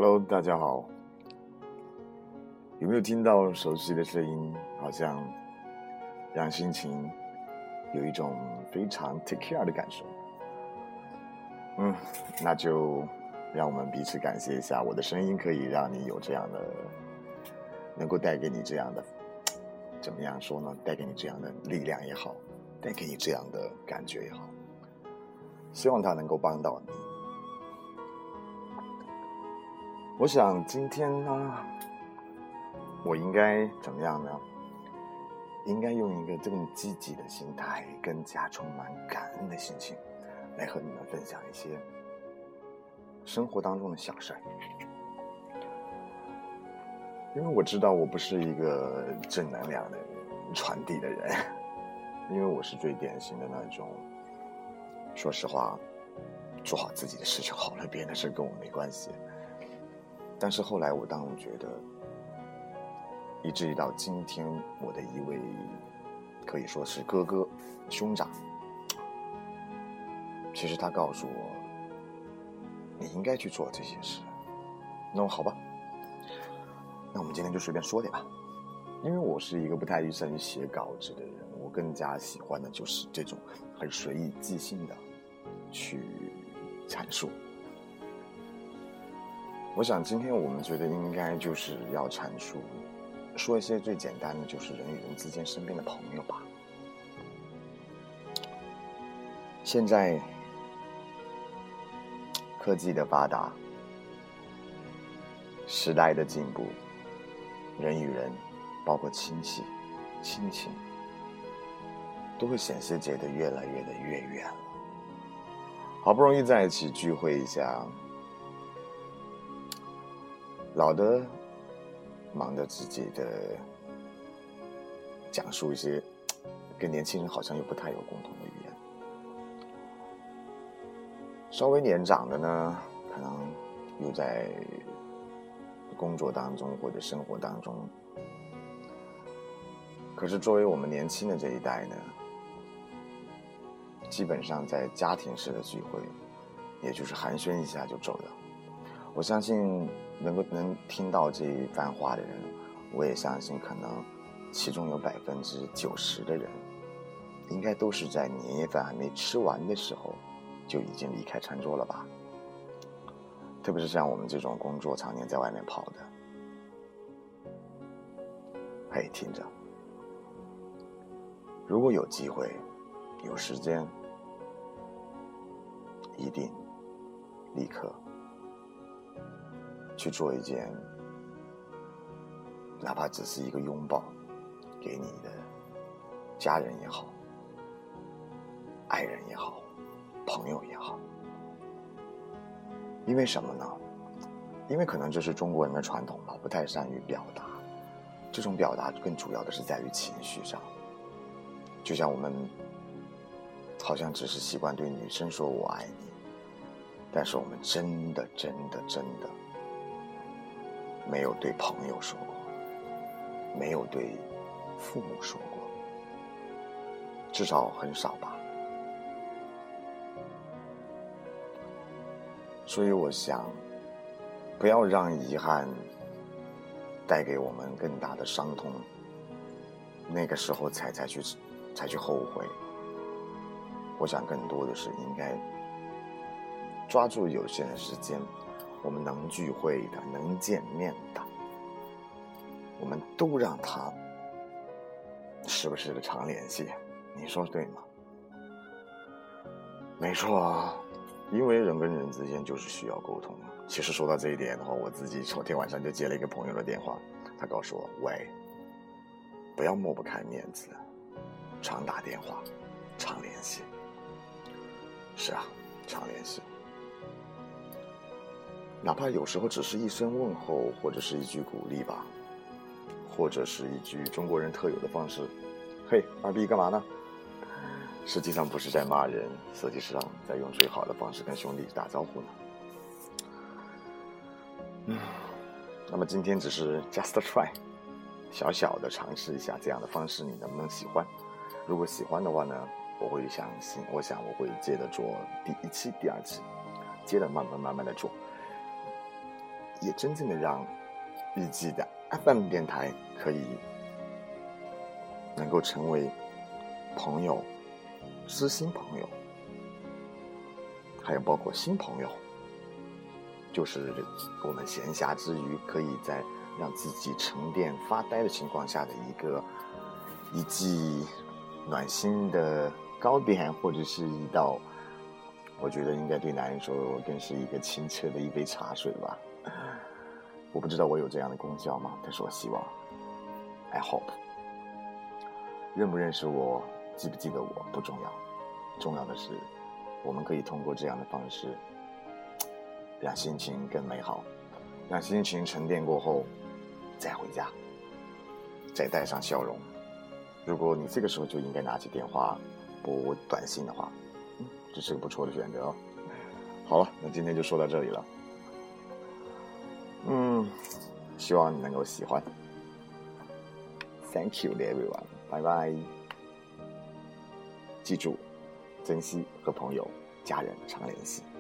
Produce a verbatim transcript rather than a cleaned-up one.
Hello， 大家好。有没有听到熟悉的声音？好像让心情有一种非常 take care 的感受。嗯，那就让我们彼此感谢一下，我的声音可以让你有这样的，能够带给你这样的，怎么样说呢？带给你这样的力量也好，带给你这样的感觉也好，希望它能够帮到你。我想今天呢，我应该怎么样呢？应该用一个更积极的心态，更加充满感恩的心情，来和你们分享一些生活当中的小事儿。因为我知道我不是一个正能量的传递的人，因为我是最典型的那种，说实话，做好自己的事就好了，别人的事跟我没关系。但是后来我当然觉得，以至于到今天，我的一位可以说是哥哥兄长，其实他告诉我，你应该去做这些事。那好吧，那我们今天就随便说点吧。因为我是一个不太善于写稿子的人，我更加喜欢的就是这种很随意即兴的去阐述。我想今天我们觉得应该就是要阐述说一些最简单的，就是人与人之间身边的朋友吧。现在科技的发达，时代的进步，人与人包括亲戚亲情都会显示觉得越来越的越远了。好不容易在一起聚会一下，老的忙着自己的讲述一些跟年轻人好像又不太有共同的语言，稍微年长的呢，可能又在工作当中或者生活当中。可是作为我们年轻的这一代呢，基本上在家庭式的聚会，也就是寒暄一下就走了。我相信能够能听到这一番话的人，我也相信可能其中有百分之九十的人，应该都是在年夜饭还没吃完的时候就已经离开餐桌了吧。特别是像我们这种工作常年在外面跑的，嘿，听着，如果有机会有时间，一定立刻去做一件哪怕只是一个拥抱给你的家人也好，爱人也好，朋友也好。因为什么呢？因为可能这是中国人的传统吧，不太善于表达。这种表达更主要的是在于情绪上。就像我们好像只是习惯对女生说我爱你，但是我们真的真的真的没有对朋友说过，没有对父母说过，至少很少吧。所以我想，不要让遗憾带给我们更大的伤痛，那个时候才才去才去后悔。我想更多的是应该抓住有限的时间，我们能聚会的，能见面的，我们都让他时不时的常联系。你说对吗？没错啊，因为人跟人之间就是需要沟通。其实说到这一点的话，我自己昨天晚上就接了一个朋友的电话，他告诉我，喂，不要抹不开面子，常打电话，常联系。是啊，常联系，哪怕有时候只是一声问候，或者是一句鼓励吧，或者是一句中国人特有的方式，嘿，二逼干嘛呢？实际上不是在骂人，实际上在用最好的方式跟兄弟打招呼呢。嗯，那么今天只是 just try， 小小的尝试一下这样的方式，你能不能喜欢？如果喜欢的话呢，我会相信，我想我会接着做第一期、第二期，接着慢慢慢慢的做。 也真正的让日记的 F M 电台可以能够成为朋友、知心朋友，还有包括新朋友，就是我们闲暇之余可以在让自己沉淀发呆的情况下的一个一剂暖心的糕点，或者是一道我觉得应该对男人说更是一个清澈的一杯茶水吧。我不知道我有这样的功效吗？但是我希望 I hope。 认不认识我，记不记得我不重要，重要的是我们可以通过这样的方式让心情更美好，让心情沉淀过后再回家，再带上笑容。如果你这个时候就应该拿起电话拨短信的话，嗯，这是个不错的选择哦。好了，那今天就说到这里了。嗯，希望你能够喜欢。Thank you everyone， 拜拜。记住，珍惜和朋友、家人常联系。